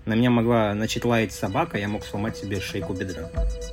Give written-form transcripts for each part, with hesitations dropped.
На меня могла начать лаять собака, я мог сломать себе шейку бедра.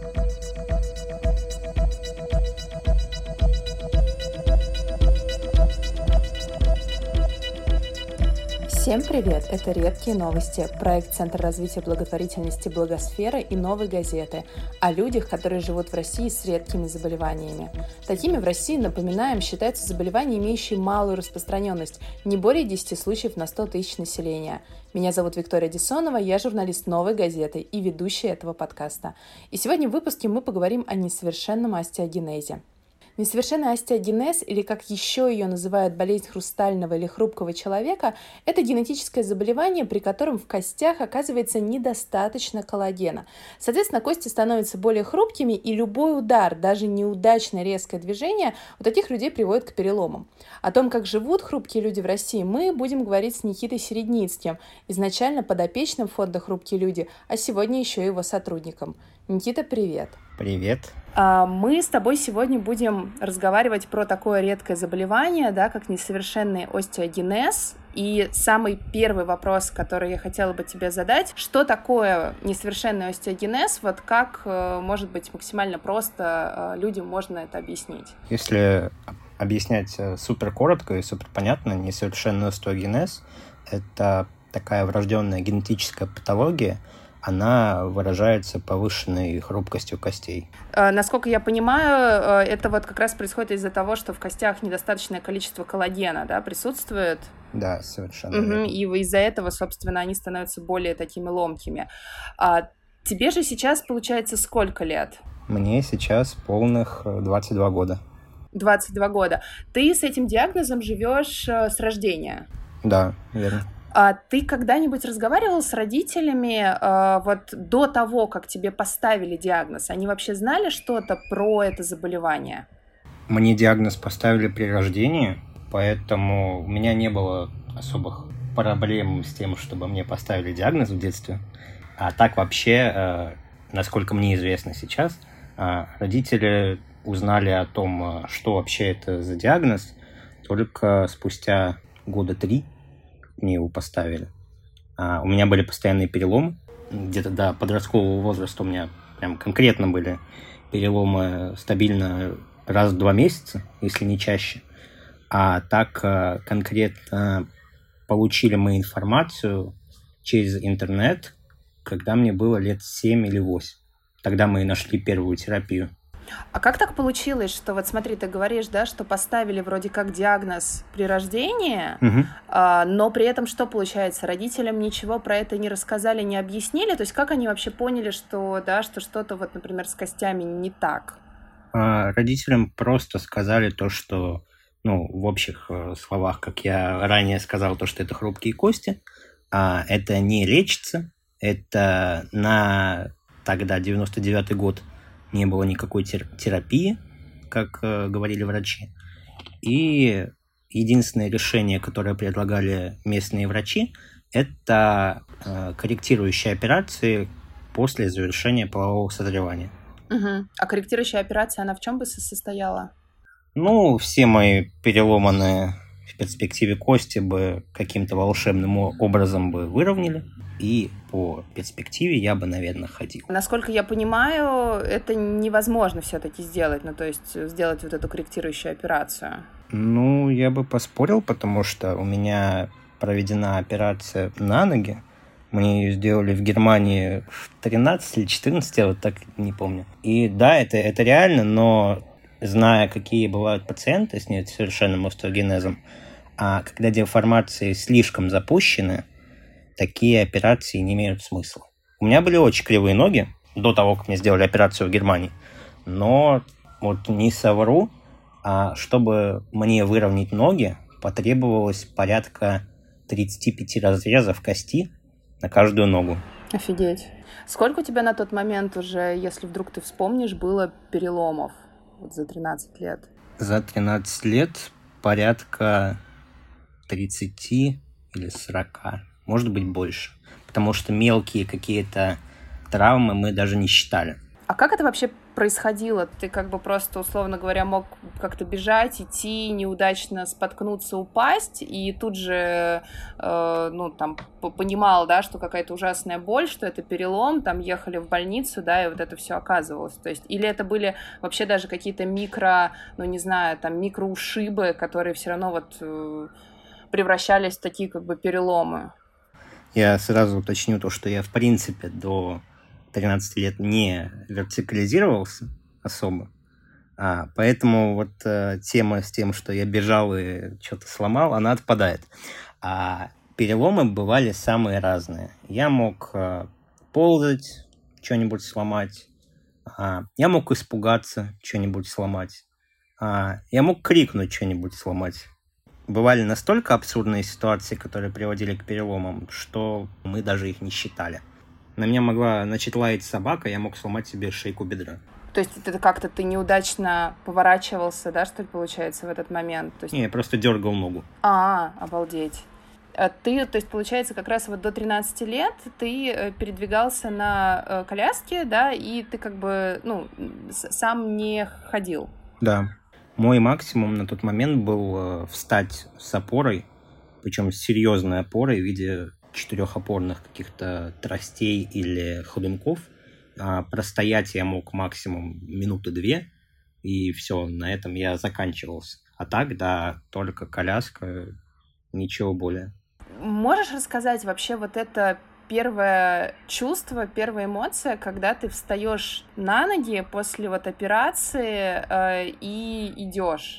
Всем привет! Это «Редкие новости», проект Центра развития благотворительности «Благосфера» и «Новой газеты» о людях, которые живут в России с редкими заболеваниями. Такими в России, напоминаем, считаются заболевания, имеющие малую распространенность, не более 10 случаев на 100 тысяч населения. Меня зовут Виктория Дисонова, я журналист «Новой газеты» и ведущая этого подкаста. И сегодня в выпуске мы поговорим о несовершенном остеогенезе. Несовершенный остеогенез, или как еще ее называют болезнь хрустального или хрупкого человека, это генетическое заболевание, при котором в костях оказывается недостаточно коллагена. Соответственно, кости становятся более хрупкими, и любой удар, даже неудачное резкое движение, у таких людей приводит к переломам. О том, как живут хрупкие люди в России, мы будем говорить с Никитой Середницким, изначально подопечным фонда «Хрупкие люди», а сегодня еще и его сотрудником. Никита, привет! Привет! Мы с тобой сегодня будем разговаривать про такое редкое заболевание, да, как несовершенный остеогенез. И самый первый вопрос, который я хотела бы тебе задать, что такое несовершенный остеогенез, вот как, может быть, максимально просто людям можно это объяснить? Если объяснять супер коротко и супер понятно, несовершенный остеогенез – это такая врожденная генетическая патология, она выражается повышенной хрупкостью костей. Насколько я понимаю, это вот как раз происходит из-за того, что в костях недостаточное количество коллагена, да, присутствует. Да, совершенно верно. И из-за этого, собственно, они становятся более такими ломкими. Тебе же сейчас, получается, сколько лет? Мне сейчас полных 22 года. 22 года. Ты с этим диагнозом живешь с рождения? Да, верно. А ты когда-нибудь разговаривал с родителями вот до того, как тебе поставили диагноз? Они вообще знали что-то про это заболевание? Мне диагноз поставили при рождении, поэтому у меня не было особых проблем с тем, чтобы мне поставили диагноз в детстве. А так вообще, насколько мне известно сейчас, родители узнали о том, что вообще это за диагноз, только спустя 3 года мне его поставили. У меня были постоянные переломы. Где-то до подросткового возраста у меня прям конкретно были переломы стабильно раз в 2 месяца, если не чаще. А так конкретно получили мы информацию через интернет, когда мне было лет 7 или 8. Тогда мы и нашли первую терапию. А как так получилось, что вот смотри, ты говоришь, да, что поставили вроде как диагноз при рождении, но при этом что получается? Родителям ничего про это не рассказали, не объяснили? То есть как они вообще поняли, что, да, что что-то вот, например, с костями не так? Родителям просто сказали то, что, в общих словах, как я ранее сказал, то, что это хрупкие кости, это не лечится, это на тогда 99-й год не было никакой терапии, как говорили врачи. И единственное решение, которое предлагали местные врачи, это корректирующие операции после завершения полового созревания. А корректирующая операция, она в чем бы состояла? Все мои переломанные в перспективе кости бы каким-то волшебным образом бы выровняли, и по перспективе я бы, наверное, ходил. Насколько я понимаю, это невозможно все-таки сделать, то есть сделать вот эту корректирующую операцию. Я бы поспорил, потому что у меня проведена операция на ноги. Мне ее сделали в Германии в 13 или 14, я вот так не помню. И да, это реально, но зная, какие бывают пациенты с несовершенным остеогенезом, когда деформации слишком запущены, такие операции не имеют смысла. У меня были очень кривые ноги до того, как мне сделали операцию в Германии. Но вот не совру, чтобы мне выровнять ноги, потребовалось порядка 35 разрезов кости на каждую ногу. Офигеть. Сколько у тебя на тот момент уже, если вдруг ты вспомнишь, было переломов вот за 13 лет? За 13 лет порядка 30 или 40. Может быть, больше. Потому что мелкие какие-то травмы мы даже не считали. А как это вообще происходило? Ты как бы просто, условно говоря, мог как-то бежать, идти, неудачно споткнуться, упасть, и тут же, понимал, да, что какая-то ужасная боль, что это перелом, там ехали в больницу, да, и вот это все оказывалось. То есть, или это были вообще даже какие-то микроушибы, которые все равно превращались в такие как бы переломы? Я сразу уточню то, что я, в принципе, до 13 лет не вертикализировался особо. Поэтому тема с тем, что я бежал и что-то сломал, она отпадает. А переломы бывали самые разные. Я мог ползать, что-нибудь сломать. Я мог испугаться, что-нибудь сломать. Я мог крикнуть, что-нибудь сломать. Бывали настолько абсурдные ситуации, которые приводили к переломам, что мы даже их не считали. На меня могла начать лаять собака, я мог сломать себе шейку бедра. То есть это как-то ты неудачно поворачивался, да, что ли, получается, в этот момент? Не, я просто дергал ногу. Обалдеть. Ты, то есть, получается, как раз до 13 лет ты передвигался на коляске, да, и ты как бы, сам не ходил. Да. Мой максимум на тот момент был встать с опорой, причем с серьезной опорой в виде 4-опорных каких-то тростей или ходунков. Простоять я мог максимум 2 минуты, и все, на этом я заканчивался. А так, да, только коляска, ничего более. Можешь рассказать вообще это первое чувство, первая эмоция, когда ты встаешь на ноги после операции и идешь?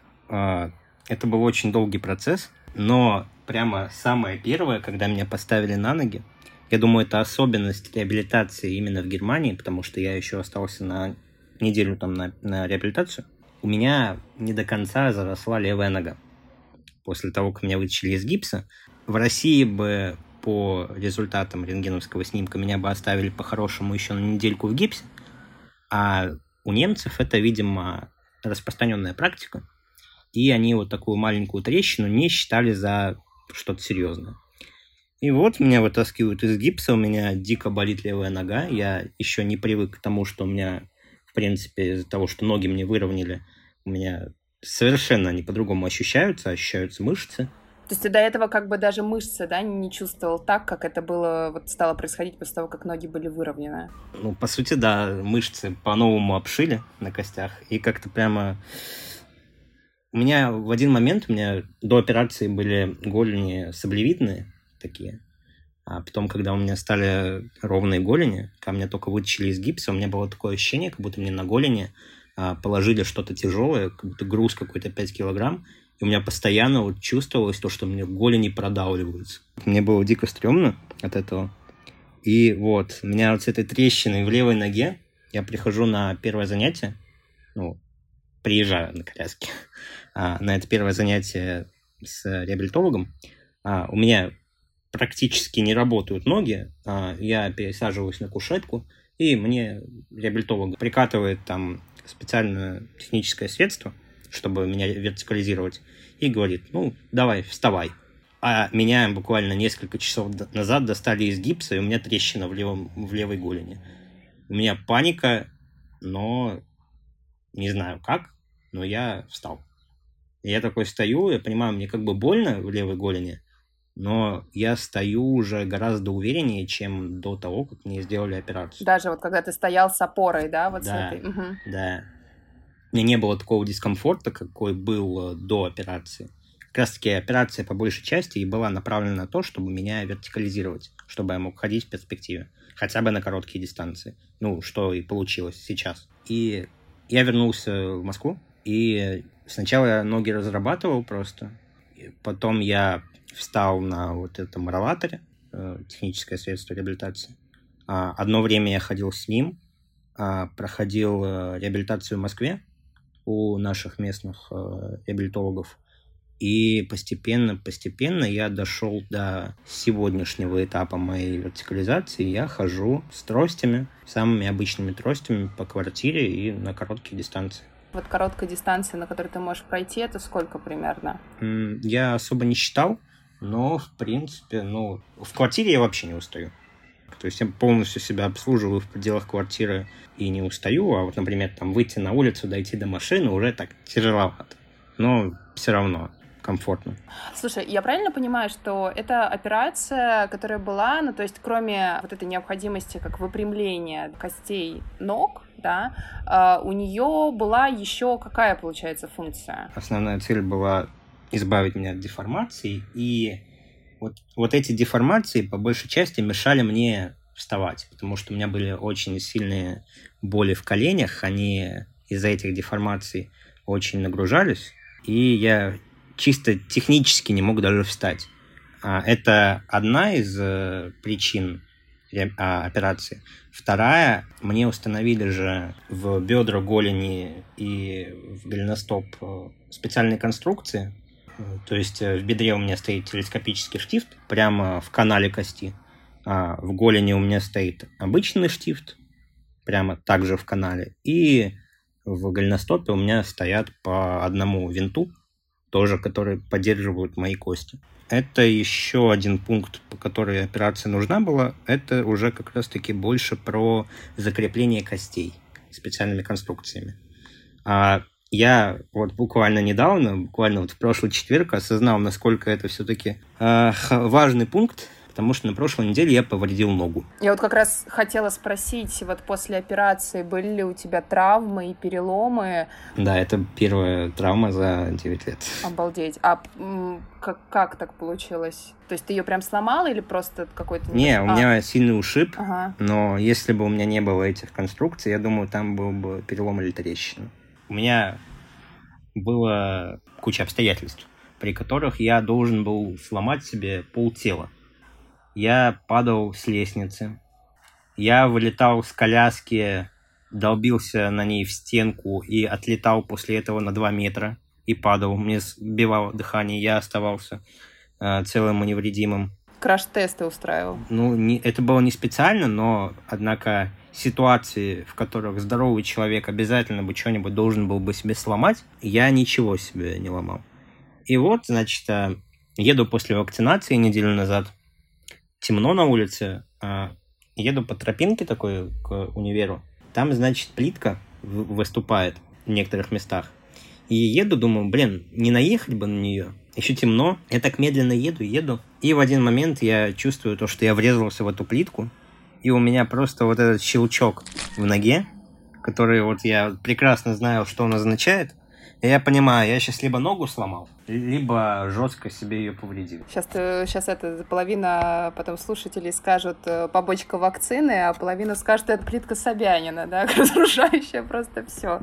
Это был очень долгий процесс, но прямо самое первое, когда меня поставили на ноги, я думаю, это особенность реабилитации именно в Германии, потому что я еще остался на неделю там на реабилитацию. У меня не до конца заросла левая нога. После того, как меня вытащили из гипса, в России бы по результатам рентгеновского снимка меня бы оставили по-хорошему еще на недельку в гипсе, а у немцев это, видимо, распространенная практика, и они такую маленькую трещину не считали за что-то серьезное. И меня вытаскивают из гипса, у меня дико болит левая нога, я еще не привык к тому, что у меня, в принципе, из-за того, что ноги мне выровняли, у меня совершенно они по-другому ощущаются мышцы. То есть ты до этого как бы даже мышцы, да, не чувствовал так, как это было, стало происходить после того, как ноги были выровнены? По сути, да, мышцы по-новому обшили на костях, и как-то прямо... У меня в один момент, до операции были голени саблевидные такие, а потом, когда у меня стали ровные голени, когда меня только вытащили из гипса, у меня было такое ощущение, как будто мне на голени положили что-то тяжелое, как будто груз какой-то 5 килограмм, и у меня постоянно чувствовалось то, что мне голени продавливаются. Мне было дико стрёмно от этого. И у меня с этой трещиной в левой ноге, я прихожу на первое занятие, приезжаю на коляске, на это первое занятие с реабилитологом, у меня практически не работают ноги, я пересаживаюсь на кушетку, и мне реабилитолог прикатывает там специальное техническое средство, чтобы меня вертикализировать, и говорит, давай, вставай. А меня буквально несколько часов назад достали из гипса, и у меня трещина в левой голени. У меня паника, но не знаю как, но я встал. И я такой стою, я понимаю, мне как бы больно в левой голени, но я стою уже гораздо увереннее, чем до того, как мне сделали операцию. Даже когда ты стоял с опорой, да? Да, с этой? Угу. Да. У меня не было такого дискомфорта, какой был до операции. Как раз-таки операция по большей части и была направлена на то, чтобы меня вертикализировать, чтобы я мог ходить в перспективе, хотя бы на короткие дистанции. Что и получилось сейчас. И я вернулся в Москву, и сначала я ноги разрабатывал просто, потом я встал на этом ролаторе, техническое средство реабилитации. Одно время я ходил с ним, проходил реабилитацию в Москве у наших местных реабилитологов. И постепенно я дошел до сегодняшнего этапа моей вертикализации. Я хожу с тростями, самыми обычными тростями по квартире и на короткие дистанции. Короткая дистанция, на которой ты можешь пройти, это сколько примерно? Я особо не считал, но, в принципе, в квартире я вообще не устаю. То есть я полностью себя обслуживаю в пределах квартиры и не устаю, а вот, например, там выйти на улицу, дойти до машины уже так тяжеловато. Но все равно комфортно. Слушай, я правильно понимаю, что это операция, которая была, ну, то есть кроме вот этой необходимости как выпрямления костей ног, да, у нее была еще какая, получается, функция? Основная цель была избавить меня от деформаций, и вот эти деформации по большей части мешали мне вставать, потому что у меня были очень сильные боли в коленях, они из-за этих деформаций очень нагружались, и я чисто технически не мог даже встать. Это одна из причин операции. Вторая, мне установили же в бедра, голени и в голеностоп специальные конструкции. То есть в бедре у меня стоит телескопический штифт прямо в канале кости, а в голени у меня стоит обычный штифт прямо также в канале, и в голеностопе у меня стоят по одному винту, тоже, которые поддерживают мои кости. Это еще один пункт, по которой операция нужна была. Это уже как раз-таки больше про закрепление костей специальными конструкциями. Я вот буквально недавно, буквально вот в прошлый четверг осознал, насколько это все-таки важный пункт, потому что на прошлой неделе я повредил ногу. Я вот как раз хотела спросить, вот после операции были ли у тебя травмы и переломы? Да, это первая травма за 9 лет. Обалдеть. А как так получилось? То есть ты ее прям сломала или просто какой-то... Не, у меня сильный ушиб, Ага. Но если бы у меня не было этих конструкций, я думаю, там был бы перелом или трещина. У меня была куча обстоятельств, при которых я должен был сломать себе полтела. Я падал с лестницы, я вылетал с коляски, долбился на ней в стенку и отлетал после этого на 2 метра и падал. Мне сбивало дыхание, я оставался целым и невредимым. Краш-тесты устраивал? Это было не специально, но, однако, ситуации, в которых здоровый человек обязательно бы что-нибудь должен был бы себе сломать, я ничего себе не ломал. И вот, значит, еду после вакцинации неделю назад, темно на улице, еду по тропинке такой к универу, там, значит, плитка выступает в некоторых местах. И еду, думаю, не наехать бы на нее. Еще темно, я так медленно еду. И в один момент я чувствую то, что я врезался в эту плитку, и у меня просто вот этот щелчок в ноге, который вот я прекрасно знаю, что он означает. И я понимаю, я сейчас либо ногу сломал, либо жестко себе ее повредил. Сейчас половина потом слушателей скажут побочка вакцины, а половина скажет, что это плитка Собянина, да, разрушающая просто все.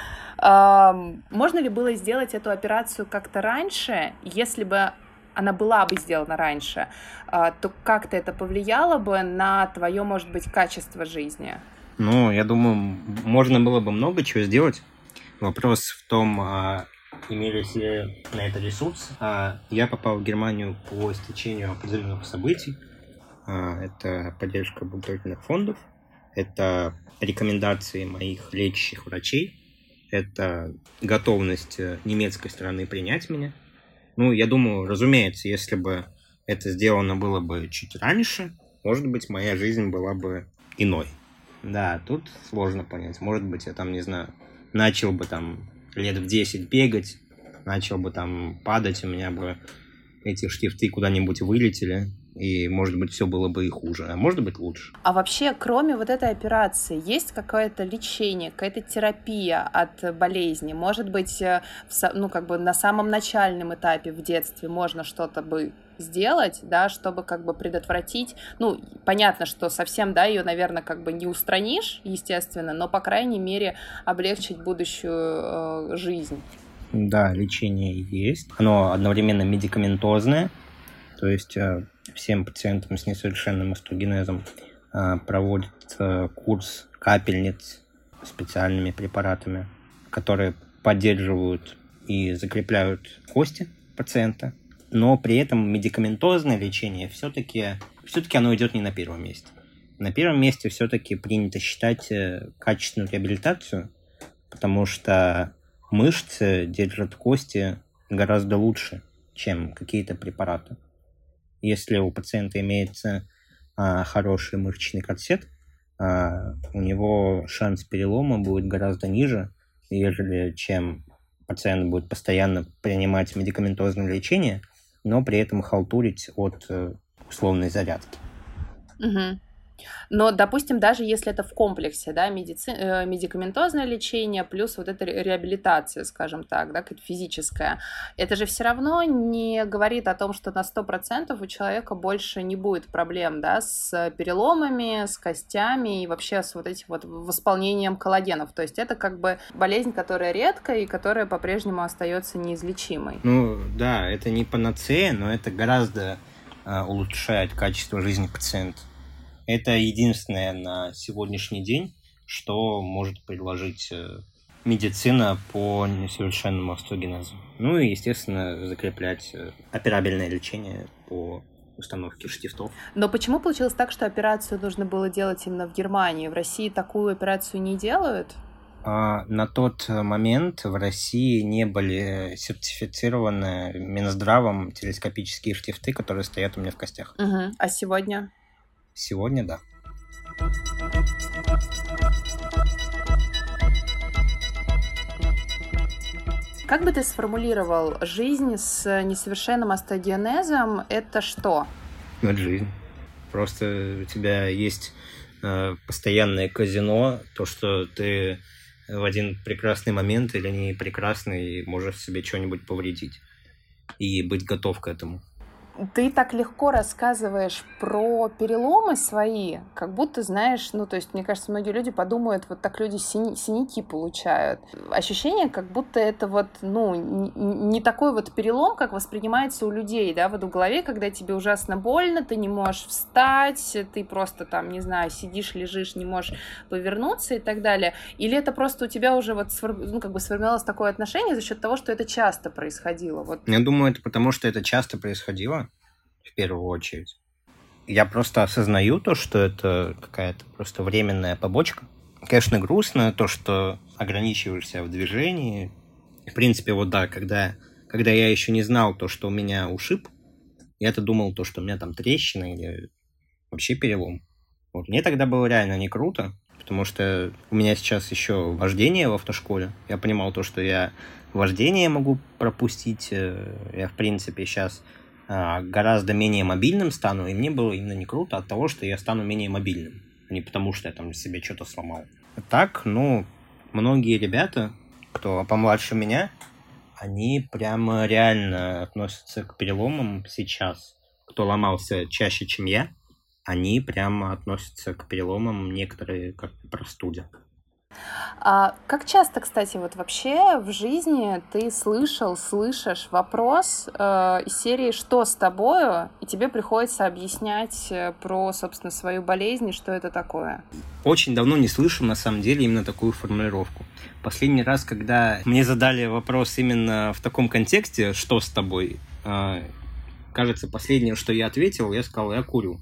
Можно ли было сделать эту операцию как-то раньше, если бы она была бы сделана раньше, то как-то это повлияло бы на твое, может быть, качество жизни? Я думаю, можно было бы много чего сделать. Вопрос в том, имелись ли на это ресурсы. Я попал в Германию по стечению определенных событий. Это поддержка благотворительных фондов, это рекомендации моих лечащих врачей, это готовность немецкой стороны принять меня. Я думаю, разумеется, если бы это сделано было бы чуть раньше, может быть, моя жизнь была бы иной. Да, тут сложно понять. Может быть, я там, не знаю, начал бы там лет в 10 бегать, начал бы там падать, у меня бы эти штифты куда-нибудь вылетели, и, может быть, все было бы и хуже, а может быть, лучше. А вообще, кроме вот этой операции, есть какое-то лечение, какая-то терапия от болезни? Может быть, на самом начальном этапе в детстве можно что-то бы сделать, да, чтобы предотвратить, понятно, что совсем, да, ее, наверное, не устранишь, естественно, но, по крайней мере, облегчить будущую жизнь. Да, лечение есть. Оно одновременно медикаментозное, то есть всем пациентам с несовершенным остеогенезом проводят курс капельниц специальными препаратами, которые поддерживают и закрепляют кости пациента. Но при этом медикаментозное лечение все-таки оно идет не на первом месте. На первом месте все-таки принято считать качественную реабилитацию, потому что мышцы держат кости гораздо лучше, чем какие-то препараты. Если у пациента имеется хороший мышечный корсет, у него шанс перелома будет гораздо ниже, нежели чем пациент будет постоянно принимать медикаментозное лечение, но при этом халтурить от условной зарядки. Угу. Но, допустим, даже если это в комплексе, да, медикаментозное лечение плюс вот эта реабилитация, скажем так, да, какая-то физическая, это же все равно не говорит о том, что на 100% у человека больше не будет проблем, да, с переломами, с костями и вообще с вот этим вот восполнением коллагенов. То есть это как бы болезнь, которая редкая и которая по-прежнему остается неизлечимой. Ну, да, это не панацея, но это гораздо улучшает качество жизни пациента. Это единственное на сегодняшний день, что может предложить медицина по несовершенному остеогенезу. Ну и, естественно, закреплять операбельное лечение по установке штифтов. Но почему получилось так, что операцию нужно было делать именно в Германии? В России такую операцию не делают? На тот момент в России не были сертифицированы Минздравом телескопические штифты, которые стоят у меня в костях. Угу. А сегодня? Сегодня да. Как бы ты сформулировал жизнь с несовершенным остеогенезом? Это что? Это жизнь. Просто у тебя есть постоянное казино, то, что ты в один прекрасный момент или не прекрасный можешь себе что-нибудь повредить. И быть готов к этому. Ты так легко рассказываешь про переломы свои, как будто, знаешь, ну, то есть, мне кажется, многие люди подумают, вот так люди синяки получают. Ощущение, как будто это вот, ну, не такой вот перелом, как воспринимается у людей, да, вот в голове, когда тебе ужасно больно, ты не можешь встать, ты просто там, не знаю, сидишь, лежишь, не можешь повернуться и так далее. Или это просто у тебя уже вот, ну, как бы сформировалось такое отношение за счет того, что это часто происходило? Вот. Я думаю, это потому, что это часто происходило. В первую очередь. Я просто осознаю то, что это какая-то просто временная побочка. Конечно, грустно то, что ограничиваешься в движении. В принципе, вот да, когда я еще не знал то, что у меня ушиб, я-то думал то, что у меня там трещина или вообще перелом. Вот. Мне тогда было реально не круто, потому что у меня сейчас еще вождение в автошколе. Я понимал то, что я вождение могу пропустить. Я, в принципе, сейчас гораздо менее мобильным стану, и мне было именно не круто от того, что я стану менее мобильным, а не потому, что я там себе что-то сломал. Так, ну, многие ребята, кто помладше меня, они прямо реально относятся к переломам сейчас. Кто ломался чаще, чем я, они прямо относятся к переломам некоторые как к простуде. А как часто, кстати, вот вообще в жизни ты слышишь вопрос из серии «Что с тобою?» и тебе приходится объяснять про, собственно, свою болезнь и что это такое? Очень давно не слышал, на самом деле, именно такую формулировку. Последний раз, когда мне задали вопрос именно в таком контексте «Что с тобой?», кажется, последнее, что я ответил, я сказал «Я курю».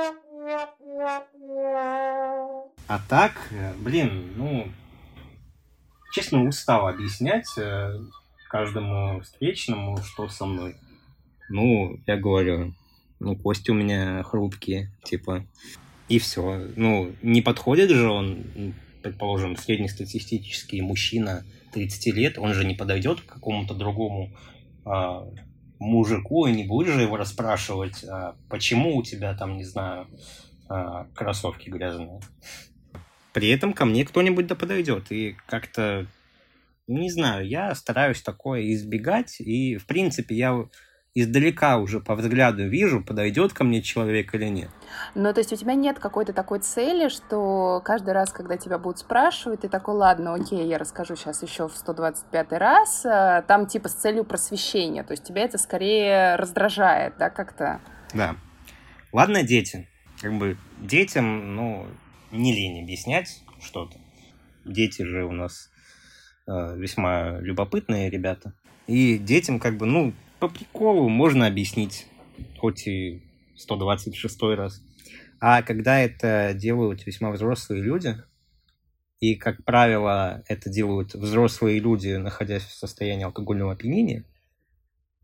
А так, ну, честно, устал объяснять каждому встречному, что со мной. Ну, я говорю, ну, кости у меня хрупкие, типа, и все. Ну, не подходит же он, предположим, среднестатистический мужчина 30 лет, он же не подойдет к какому-то другому мужику, и не будет же его расспрашивать, почему у тебя там, не знаю, кроссовки грязные. При этом ко мне кто-нибудь да подойдет. И как-то, не знаю, я стараюсь такое избегать. И, в принципе, я издалека уже по взгляду вижу, подойдет ко мне человек или нет. Ну, то есть у тебя нет какой-то такой цели, что каждый раз, когда тебя будут спрашивать, ты такой, ладно, окей, я расскажу сейчас еще в 125-й раз, там типа с целью просвещения. То есть тебя это скорее раздражает, да, как-то? Да. Ладно, дети. Как бы детям, ну, не лень объяснять что-то. Дети же у нас весьма любопытные ребята. И детям как бы, ну, по приколу можно объяснить, хоть и 126-й раз. А когда это делают весьма взрослые люди, и, как правило, это делают взрослые люди, находясь в состоянии алкогольного опьянения,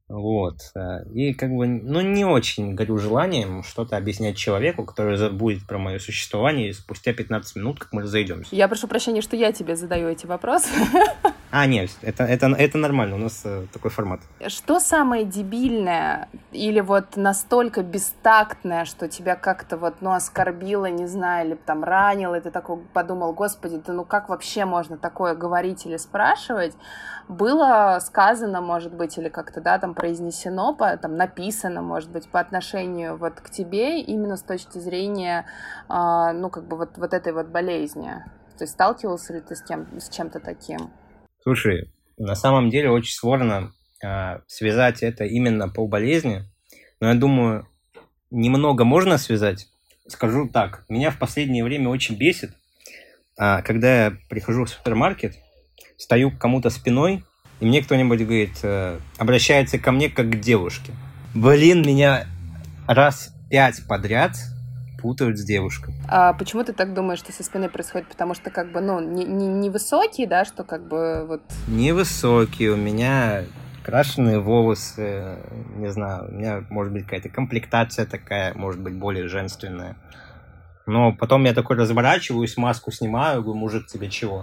Вот. И как бы, ну, не очень горю желанием что-то объяснять человеку, который забудет про мое существование спустя 15 минут, как мы разойдемся. Я прошу прощения, что я тебе задаю эти вопросы. Нет, это нормально, у нас такой формат. Что самое дебильное или вот настолько бестактное, что тебя как-то вот, ну, оскорбило, не знаю, или там ранило, и ты такой подумал, господи, да ну как вообще можно такое говорить или спрашивать, было сказано, может быть, или как-то, да, там произнесено, там написано, может быть, по отношению вот к тебе именно с точки зрения, ну, как бы вот этой вот болезни. То есть сталкивался ли ты с чем-то таким? Слушай, на самом деле очень сложно связать это именно по болезни, но я думаю, немного можно связать. Скажу так, меня в последнее время очень бесит, когда я прихожу в супермаркет, стою к кому-то спиной, и мне кто-нибудь говорит, обращается ко мне как к девушке. Блин, меня раз 5 подряд путают с девушкой. А почему ты так думаешь, что со спины происходит? Потому что как бы, ну, не высокий, да, что как бы вот... Невысокий, у меня крашеные волосы, не знаю, у меня может быть какая-то комплектация такая, может быть более женственная. Но потом я такой разворачиваюсь, маску снимаю, говорю, мужик, тебе чего?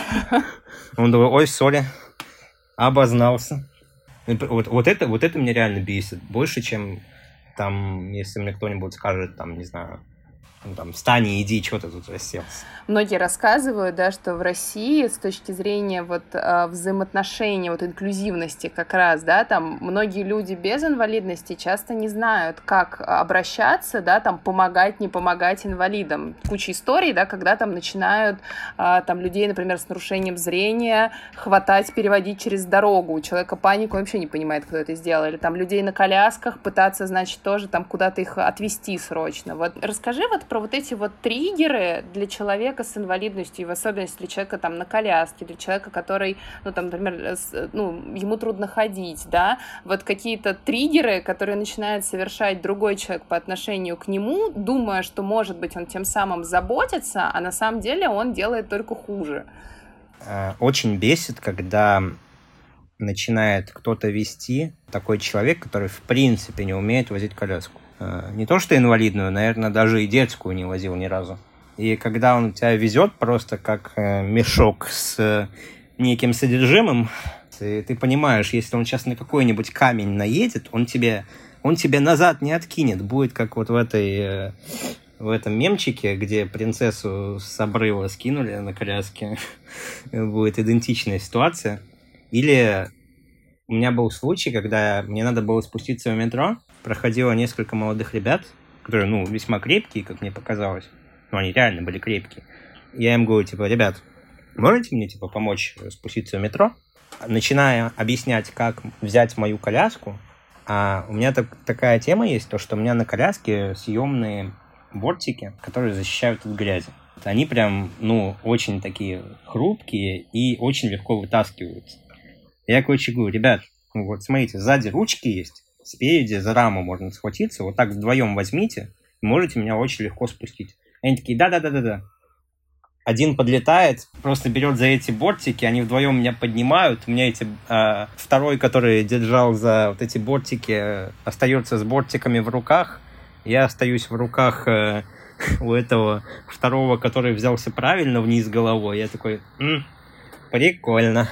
Он думает, ой, сори, обознался. Вот это меня реально бесит. Больше, чем там, если мне кто-нибудь скажет, там, не знаю, там, встань и иди, что ты тут расселся. Многие рассказывают, да, что в России с точки зрения вот взаимоотношений, вот инклюзивности как раз, да, там многие люди без инвалидности часто не знают, как обращаться, да, там помогать, не помогать инвалидам. Куча историй, да, когда там начинают там людей, например, с нарушением зрения хватать, переводить через дорогу. У человека паника, он вообще не понимает, кто это сделал. Или там людей на колясках пытаться, значит, тоже там куда-то их отвезти срочно. Вот расскажи вот про вот эти вот триггеры для человека с инвалидностью, и в особенности для человека там на коляске, для человека, который, ну, там, например, ну, ему трудно ходить, да, вот какие-то триггеры, которые начинает совершать другой человек по отношению к нему, думая, что, может быть, он тем самым заботится, а на самом деле он делает только хуже. Очень бесит, когда начинает кто-то вести такой человек, который в принципе не умеет возить коляску. Не то что инвалидную, наверное, даже и детскую не возил ни разу. И когда он тебя везет просто как мешок с неким содержимым, ты понимаешь, если он сейчас на какой-нибудь камень наедет, он тебе назад не откинет. Будет как вот в этом мемчике, где принцессу с обрыва скинули на коляске. Будет идентичная ситуация. Или у меня был случай, когда мне надо было спуститься в метро, проходило несколько молодых ребят, которые, ну, весьма крепкие, как мне показалось. Ну, они реально были крепкие. Я им говорю, типа, ребят, можете мне, типа, помочь спуститься в метро? Начиная объяснять, как взять мою коляску, а у меня такая тема есть, то, что у меня на коляске съемные бортики, которые защищают от грязи. Они прям, ну, очень такие хрупкие и очень легко вытаскиваются. Я, короче, говорю, ребят, вот смотрите, сзади ручки есть, спереди за раму можно схватиться, вот так вдвоем возьмите, и можете меня очень легко спустить. Они такие, да. Один подлетает, просто берет за эти бортики, они вдвоем меня поднимают, у меня второй, который держал за вот эти бортики, остается с бортиками в руках, я остаюсь в руках у этого второго, который взялся правильно вниз головой. Я такой, прикольно.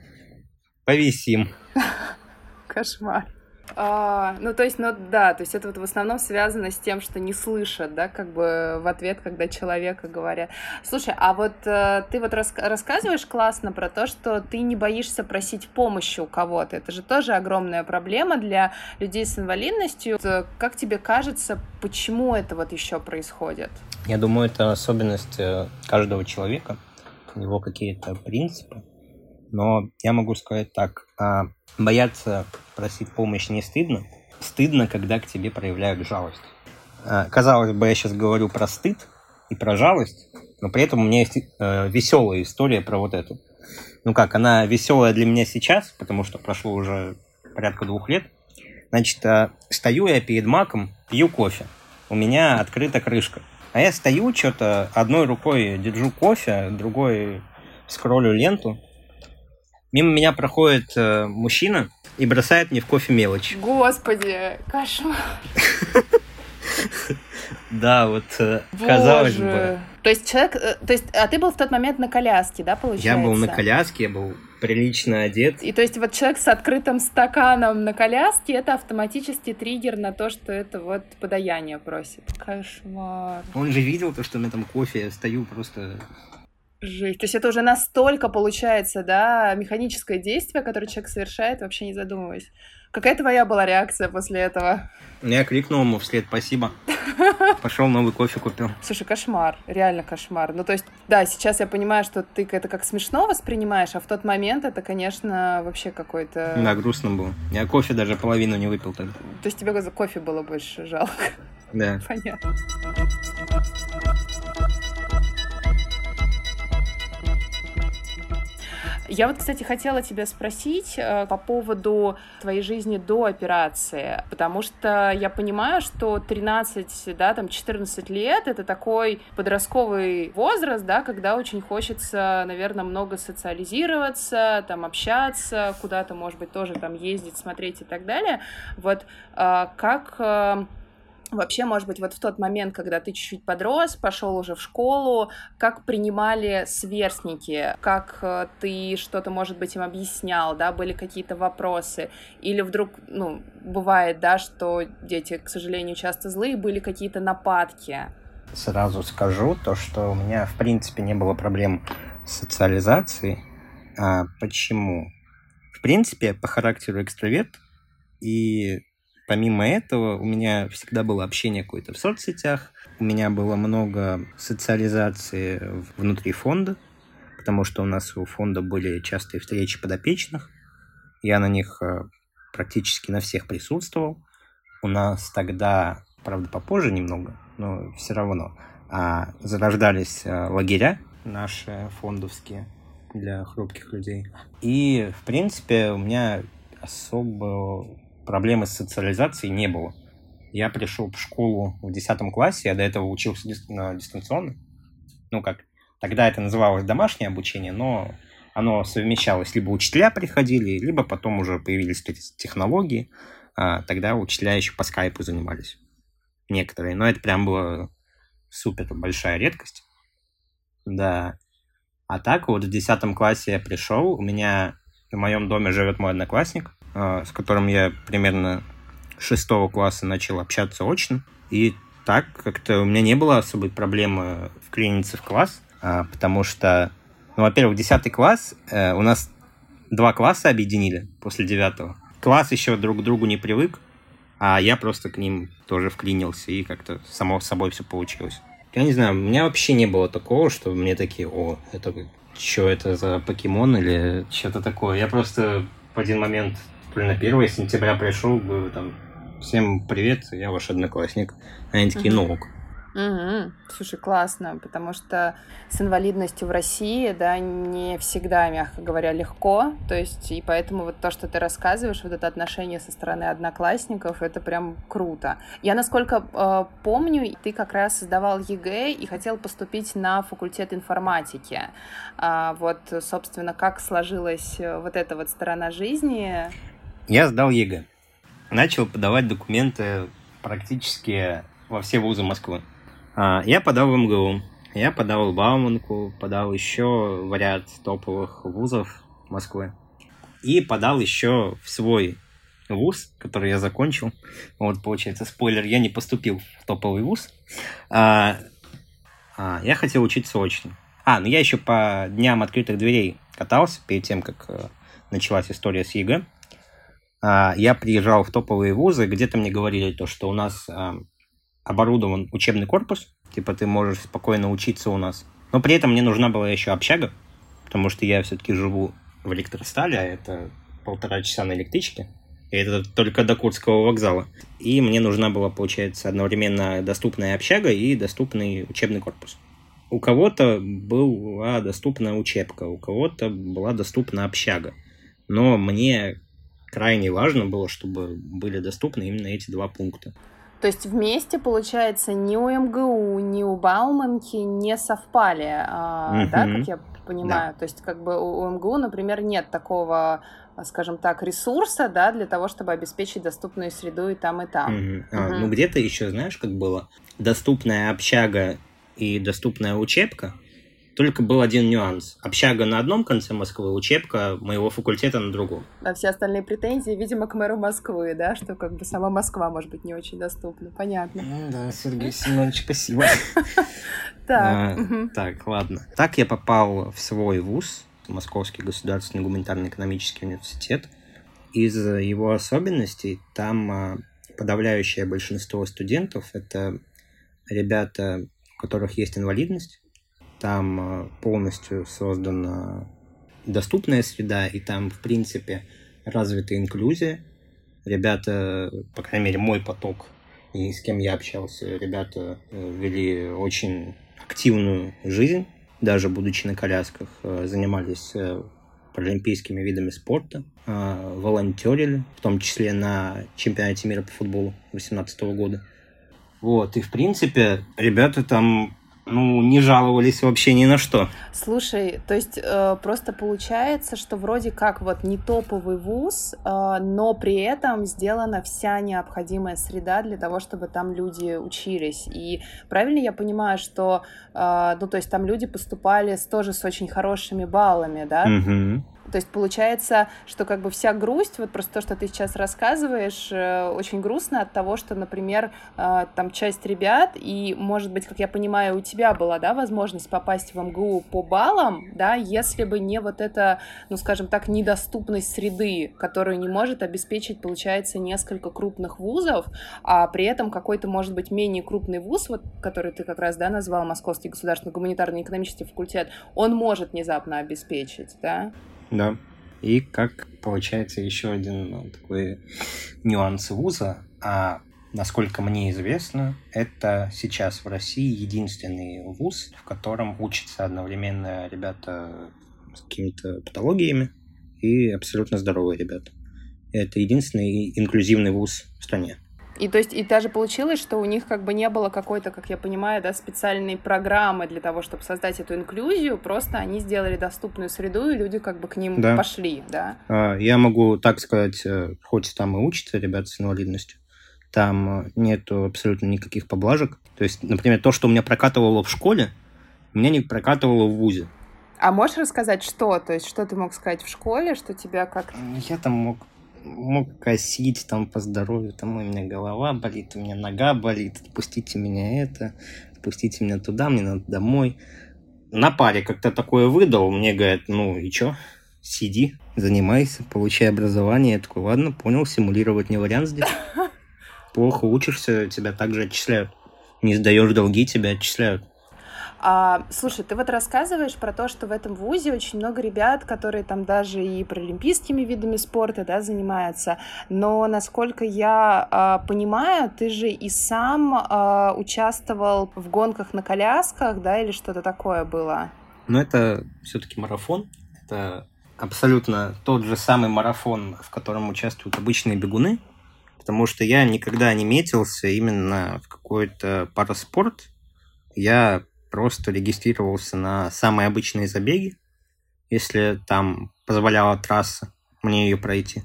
Повисим. Кошмар. Ну, то есть, ну, да, то есть это вот в основном связано с тем, что не слышат, да, как бы в ответ, когда человека говорят. Слушай, а вот ты вот рассказываешь классно про то, что ты не боишься просить помощи у кого-то. Это же тоже огромная проблема для людей с инвалидностью. Как тебе кажется, почему это вот еще происходит? Я думаю, это особенность каждого человека, у него какие-то принципы. Но я могу сказать так, бояться просить помощь не стыдно. Стыдно, когда к тебе проявляют жалость. Казалось бы, я сейчас говорю про стыд и про жалость, но при этом у меня есть веселая история про вот эту. Ну как, она веселая для меня сейчас, потому что прошло уже порядка 2 лет. Значит, стою я перед маком, пью кофе. У меня открыта крышка. А я стою, что-то одной рукой держу кофе, другой скроллю ленту. Мимо меня проходит мужчина и бросает мне в кофе мелочь. Господи, кошмар. Да, вот казалось бы. То есть а ты был в тот момент на коляске, да, получается? Я был на коляске, я был прилично одет. И то есть вот человек с открытым стаканом на коляске, это автоматически триггер на то, что это вот подаяние просит. Кошмар. Он же видел то, что у меня там кофе, я стою просто... Жесть. То есть это уже настолько получается, да, механическое действие, которое человек совершает, вообще не задумываясь. Какая твоя была реакция после этого? Я крикнул ему вслед «спасибо». Пошел новый кофе купил. Слушай, кошмар, реально кошмар. Ну, то есть, да, сейчас я понимаю, что ты это как смешно воспринимаешь, а в тот момент это, конечно, вообще какой-то... Да, грустно было. Я кофе даже половину не выпил тогда. То есть тебе за кофе было больше жалко? Да. Понятно. Я вот, кстати, хотела тебя спросить по поводу твоей жизни до операции, потому что я понимаю, что 13, да, там 14 лет — это такой подростковый возраст, да, когда очень хочется, наверное, много социализироваться, там, общаться, куда-то, может быть, тоже там ездить, смотреть и так далее. Вот как... Вообще, может быть, вот в тот момент, когда ты чуть-чуть подрос, пошел уже в школу, как принимали сверстники, как ты что-то, может быть, им объяснял, да, были какие-то вопросы, или вдруг, ну, бывает, да, что дети, к сожалению, часто злые, были какие-то нападки? Сразу скажу то, что у меня, в принципе, не было проблем с социализацией. Почему? В принципе, я по характеру экстраверт, и... Помимо этого, у меня всегда было общение какое-то в соцсетях, у меня было много социализации внутри фонда, потому что у нас у фонда были частые встречи подопечных. Я на них практически на всех присутствовал. У нас тогда, правда, попозже немного, но все равно, зарождались лагеря наши фондовские для хрупких людей. И, в принципе, у меня особо... проблемы с социализацией не было. Я пришел в школу в 10 классе, я до этого учился дистанционно. Ну, как тогда это называлось домашнее обучение, но оно совмещалось. Либо учителя приходили, либо потом уже появились технологии. Тогда учителя еще по скайпу занимались. Некоторые. Но это прям была супер большая редкость. Да. А так вот в 10 классе я пришел. У меня в моем доме живет мой одноклассник, с которым я примерно 6 класса начал общаться очно. И так как-то у меня не было особой проблемы вклиниться в класс, потому что, ну, во-первых, 10 класс у нас 2 класса объединили после 9. Класс еще друг к другу не привык, а я просто к ним тоже вклинился, и как-то само собой все получилось. Я не знаю, у меня вообще не было такого, что мне такие: о, это что это за покемон или что-то такое. Я просто в один момент, то ли на 1 сентября пришел, говорю, там, всем привет, я ваш одноклассник. Они такие: ну ок. Слушай, классно, потому что с инвалидностью в России, да, не всегда, мягко говоря, легко, то есть, и поэтому вот то, что ты рассказываешь, вот это отношение со стороны одноклассников, это прям круто. Я, насколько помню, ты как раз сдавал ЕГЭ и хотел поступить на факультет информатики. Вот, собственно, как сложилась вот эта вот сторона жизни? Я сдал ЕГЭ. Начал подавать документы практически во все вузы Москвы. Я подал в МГУ, я подал в Бауманку, подал еще в ряд топовых вузов Москвы. И подал еще в свой вуз, который я закончил. Вот, получается, спойлер, я не поступил в топовый вуз. Я хотел учиться очно. Ну я еще по дням открытых дверей катался перед тем, как началась история с ЕГЭ. Я приезжал в топовые вузы, где-то мне говорили то, что у нас оборудован учебный корпус, типа ты можешь спокойно учиться у нас. Но при этом мне нужна была еще общага, потому что я все-таки живу в Электростале, а это 1,5 часа на электричке, и это только до Курского вокзала. И мне нужна была, получается, одновременно доступная общага и доступный учебный корпус. У кого-то была доступна учебка, у кого-то была доступна общага. Но мне крайне важно было, чтобы были доступны именно эти 2 пункта. То есть вместе, получается, ни у МГУ, ни у Бауманки не совпали, да, как я понимаю? Да. То есть как бы у МГУ, например, нет такого, скажем так, ресурса, да, для того, чтобы обеспечить доступную среду и там, и там. Ну, где-то еще, знаешь, как было? Доступная общага и доступная учебка. Только был один нюанс. Общага на одном конце Москвы, учебка моего факультета на другом. А все остальные претензии, видимо, к мэру Москвы, да, что как бы сама Москва, может быть, не очень доступна. Понятно. Да, Сергей Семенович, спасибо. Так. Так, ладно. Так я попал в свой вуз, Московский государственный гуманитарно-экономический университет. Из его особенностей там подавляющее большинство студентов — это ребята, у которых есть инвалидность. Там полностью создана доступная среда, и там, в принципе, развита инклюзия. Ребята, по крайней мере, мой поток, и с кем я общался, ребята вели очень активную жизнь, даже будучи на колясках, занимались паралимпийскими видами спорта, волонтерили, в том числе на чемпионате мира по футболу 2018 года. Вот, и, в принципе, ребята там не жаловались вообще ни на что. Слушай, то есть просто получается, что вроде как вот не топовый вуз, но при этом сделана вся необходимая среда для того, чтобы там люди учились. И правильно я понимаю, что то есть там люди поступали тоже с очень хорошими баллами, да? Угу. То есть получается, что как бы вся грусть, вот просто то, что ты сейчас рассказываешь, очень грустно от того, что, например, там часть ребят, и, может быть, как я понимаю, у тебя была, да, возможность попасть в МГУ по баллам, да, если бы не вот эта, скажем так, недоступность среды, которую не может обеспечить, получается, несколько крупных вузов, а при этом какой-то, может быть, менее крупный вуз, вот, который ты как раз, да, назвал Московский государственный гуманитарный экономический факультет, он может внезапно обеспечить, да? Да. И как получается еще один такой нюанс вуза, насколько мне известно, это сейчас в России единственный вуз, в котором учатся одновременно ребята с какими-то патологиями и абсолютно здоровые ребята. Это единственный инклюзивный вуз в стране. И то есть, и даже получилось, что у них как бы не было какой-то, как я понимаю, да, специальной программы для того, чтобы создать эту инклюзию, просто они сделали доступную среду, и люди как бы к ним пошли, да? Я могу так сказать, хоть там и учатся ребята с инвалидностью, там нету абсолютно никаких поблажек. То есть, например, то, что у меня прокатывало в школе, у меня не прокатывало в вузе. А можешь рассказать, что? То есть, что ты мог сказать в школе, что тебя как... Я там мог косить там по здоровью, там у меня голова болит, у меня нога болит, отпустите меня отпустите меня туда, мне надо домой. На паре как-то такое выдал, мне говорят, и чё, сиди, занимайся, получай образование. Я такой, ладно, понял, симулировать не вариант здесь. Плохо учишься, тебя также отчисляют. Не сдаешь долги, тебя отчисляют. Слушай, ты вот рассказываешь про то, что в этом вузе очень много ребят, которые там даже и паралимпийскими видами спорта, да, занимаются, но, насколько я понимаю, ты же и сам участвовал в гонках на колясках, да, или что-то такое было? Это все-таки марафон, это абсолютно тот же самый марафон, в котором участвуют обычные бегуны, потому что я никогда не метился именно в какой-то параспорт, я просто регистрировался на самые обычные забеги, если там позволяла трасса мне ее пройти.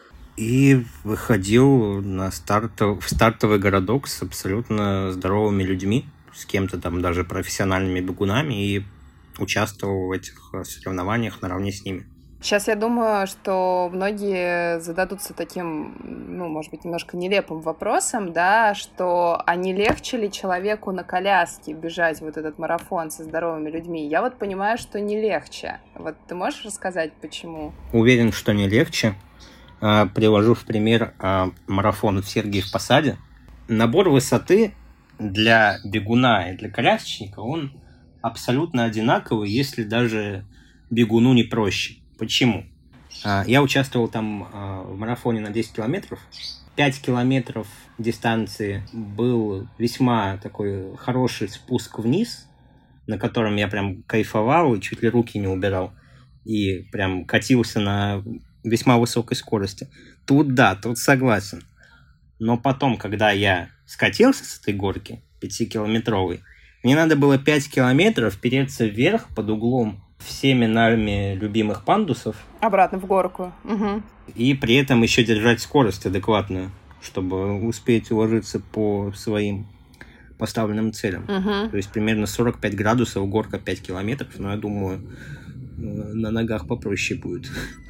И выходил в стартовый городок с абсолютно здоровыми людьми, с кем-то там даже профессиональными бегунами, и участвовал в этих соревнованиях наравне с ними. Сейчас я думаю, что многие зададутся таким, может быть, немножко нелепым вопросом, да, что а не легче ли человеку на коляске бежать вот этот марафон со здоровыми людьми? Я вот понимаю, что не легче. Вот ты можешь рассказать, почему? Уверен, что не легче. Привожу в пример марафон в Сергиев Посаде. Набор высоты для бегуна и для колясочника, он абсолютно одинаковый, если даже бегуну не проще. Почему? Я участвовал там в марафоне на 10 километров. 5 километров дистанции был весьма такой хороший спуск вниз, на котором я прям кайфовал и чуть ли руки не убирал. И прям катился на весьма высокой скорости. Тут согласен. Но потом, когда я скатился с этой горки 5-километровой, мне надо было 5 километров переться вверх под углом всеми нами любимых пандусов. Обратно в горку. Угу. И при этом еще держать скорость адекватную, чтобы успеть уложиться по своим поставленным целям. Угу. То есть примерно 45 градусов, горка 5 километров. Но я думаю, на ногах попроще будет.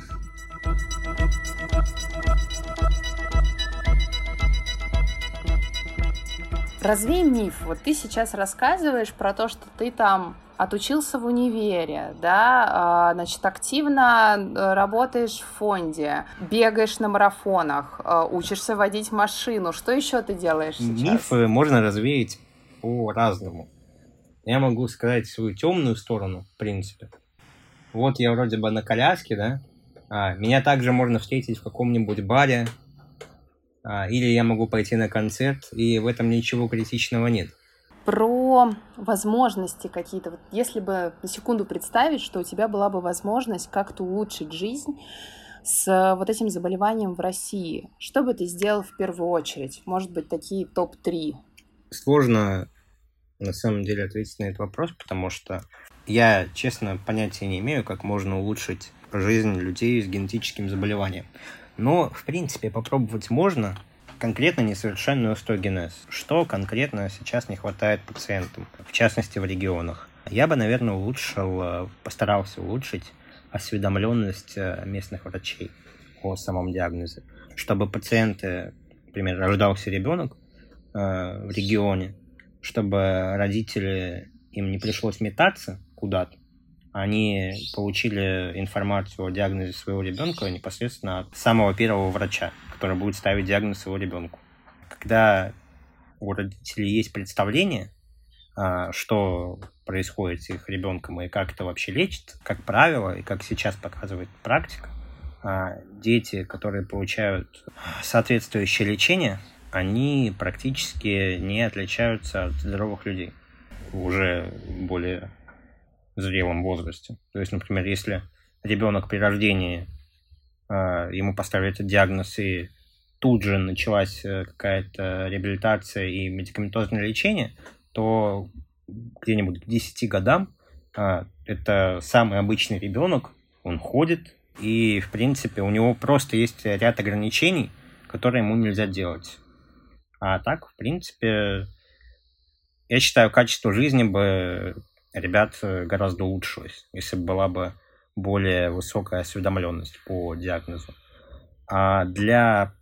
Развей миф. Вот ты сейчас рассказываешь про то, что ты там отучился в универе, да, значит, активно работаешь в фонде, бегаешь на марафонах, учишься водить машину. Что еще ты делаешь сейчас? Мифы можно развеять по-разному. Я могу сказать свою темную сторону, в принципе. Вот я вроде бы на коляске, да, меня также можно встретить в каком-нибудь баре, или я могу пойти на концерт, и в этом ничего критичного нет. Про возможности какие-то. Вот если бы на секунду представить, что у тебя была бы возможность как-то улучшить жизнь с вот этим заболеванием в России, что бы ты сделал в первую очередь? Может быть, такие топ-3? Сложно, на самом деле, ответить на этот вопрос, потому что я, честно, понятия не имею, как можно улучшить жизнь людей с генетическим заболеванием. Но, в принципе, попробовать можно. Конкретно несовершенный остеогенез. Что конкретно сейчас не хватает пациентам, в частности в регионах? Я бы, наверное, постарался улучшить осведомленность местных врачей о самом диагнозе, чтобы пациенты, например, рождался ребенок в регионе, чтобы родители, им не пришлось метаться куда-то, они получили информацию о диагнозе своего ребенка непосредственно от самого первого врача, который будет ставить диагноз его ребенку. Когда у родителей есть представление, что происходит с их ребенком и как это вообще лечится, как правило, и как сейчас показывает практика, дети, которые получают соответствующее лечение, они практически не отличаются от здоровых людей уже более зрелом возрасте. То есть, например, если ребенок при рождении, ему поставили этот диагноз, и тут же началась какая-то реабилитация и медикаментозное лечение, то где-нибудь к 10 годам это самый обычный ребенок, он ходит, и, в принципе, у него просто есть ряд ограничений, которые ему нельзя делать. А так, в принципе, я считаю, качество жизни бы ребят гораздо улучшилось, если бы была бы более высокая осведомленность по диагнозу. А для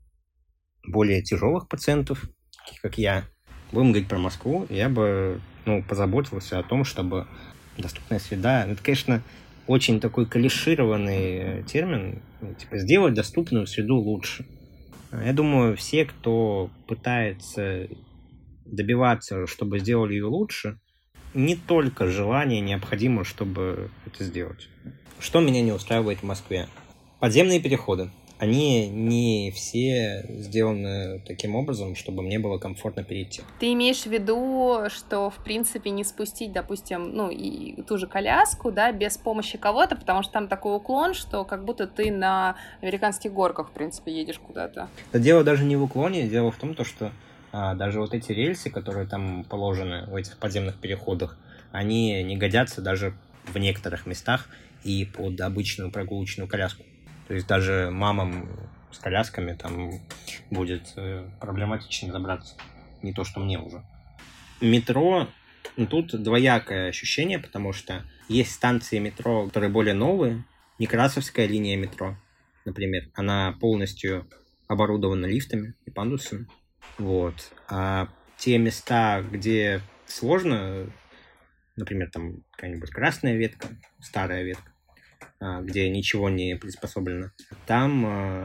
более тяжелых пациентов, таких как я, будем говорить про Москву, я бы позаботился о том, чтобы доступная среда, это, конечно, очень такой клишированный термин, сделать доступную среду лучше. Я думаю, все, кто пытается добиваться, чтобы сделали ее лучше, не только желание необходимо, чтобы это сделать. Что меня не устраивает в Москве? Подземные переходы. Они не все сделаны таким образом, чтобы мне было комфортно перейти. Ты имеешь в виду, что, в принципе, не спустить, допустим, и ту же коляску, да, без помощи кого-то, потому что там такой уклон, что как будто ты на американских горках, в принципе, едешь куда-то. Да дело даже не в уклоне, дело в том, что даже вот эти рельсы, которые там положены в этих подземных переходах, они не годятся даже в некоторых местах и под обычную прогулочную коляску. То есть даже мамам с колясками там будет проблематично забраться. Не то, что мне уже. Метро, тут двоякое ощущение, потому что есть станции метро, которые более новые. Некрасовская линия метро, например, она полностью оборудована лифтами и пандусами. Вот. А те места, где сложно, например, там какая-нибудь красная ветка, старая ветка, где ничего не приспособлено, там,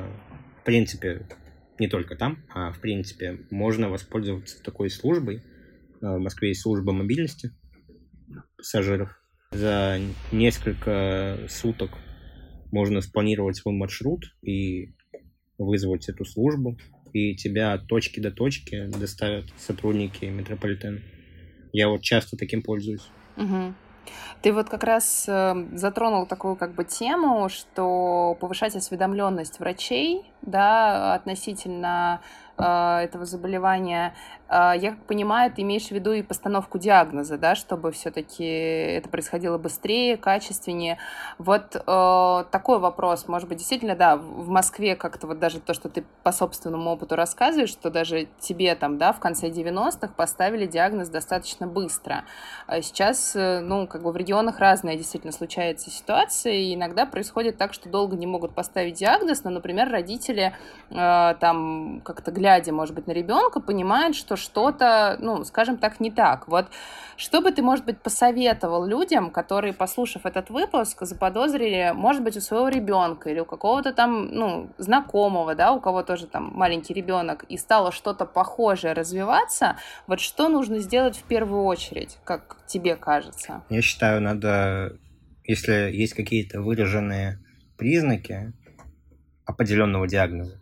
в принципе, не только там, а в принципе, можно воспользоваться такой службой. В Москве есть служба мобильности пассажиров. За несколько суток можно спланировать свой маршрут и вызвать эту службу, и тебя от точки до точки доставят сотрудники метрополитена. Я вот часто таким пользуюсь. Угу. Ты вот как раз затронул такую тему, что повышать осведомленность врачей, да, относительно этого заболевания. Я как понимаю, ты имеешь в виду и постановку диагноза, да, чтобы все-таки это происходило быстрее, качественнее. Вот такой вопрос. Может быть, действительно, да, в Москве как-то вот даже то, что ты по собственному опыту рассказываешь, что даже тебе там, да, в конце 90-х поставили диагноз достаточно быстро. Сейчас, ну, как бы в регионах разная действительно случается ситуация, и иногда происходит так, что долго не могут поставить диагноз, но, например, родители там как-то глядя, может быть, на ребенка, понимают, что что-то, ну, скажем так, не так. Вот что бы ты, может быть, посоветовал людям, которые, послушав этот выпуск, заподозрили, может быть, у своего ребенка или у какого-то там, ну, знакомого, да, у кого тоже там маленький ребенок, и стало что-то похожее развиваться, вот что нужно сделать в первую очередь, как тебе кажется? Я считаю, надо, если есть какие-то выраженные признаки определенного диагноза,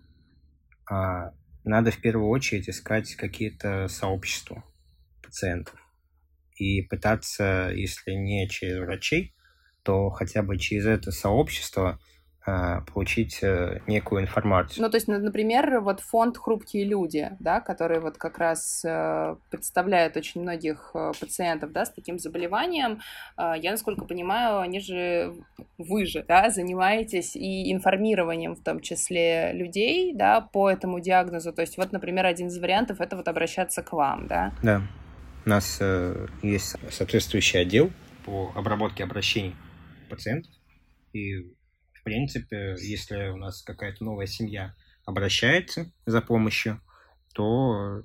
надо в первую очередь искать какие-то сообщества пациентов и пытаться, если не через врачей, то хотя бы через это сообщество получить некую информацию. Ну, то есть, например, вот фонд «Хрупкие люди», да, который вот как раз представляет очень многих пациентов, да, с таким заболеванием. Я, насколько понимаю, вы же, да, занимаетесь и информированием, в том числе людей, да, по этому диагнозу. То есть, вот, например, один из вариантов — это вот обращаться к вам, да? Да. У нас есть соответствующий отдел по обработке обращений пациентов, и в принципе, если у нас какая-то новая семья обращается за помощью, то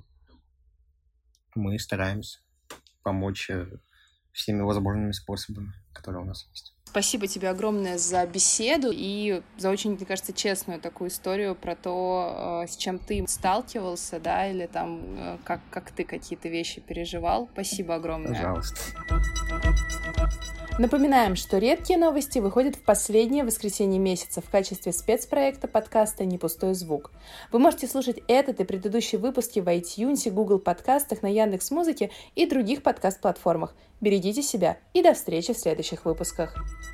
мы стараемся помочь всеми возможными способами, которые у нас есть. Спасибо тебе огромное за беседу и за очень, мне кажется, честную такую историю про то, с чем ты сталкивался, да, или там, как ты какие-то вещи переживал. Спасибо огромное. Пожалуйста. Напоминаем, что «Редкие новости» выходят в последнее воскресенье месяца в качестве спецпроекта подкаста «Не пустой звук». Вы можете слушать этот и предыдущие выпуски в iTunes, Google подкастах, на Яндекс.Музыке и других подкаст-платформах. Берегите себя и до встречи в следующих выпусках.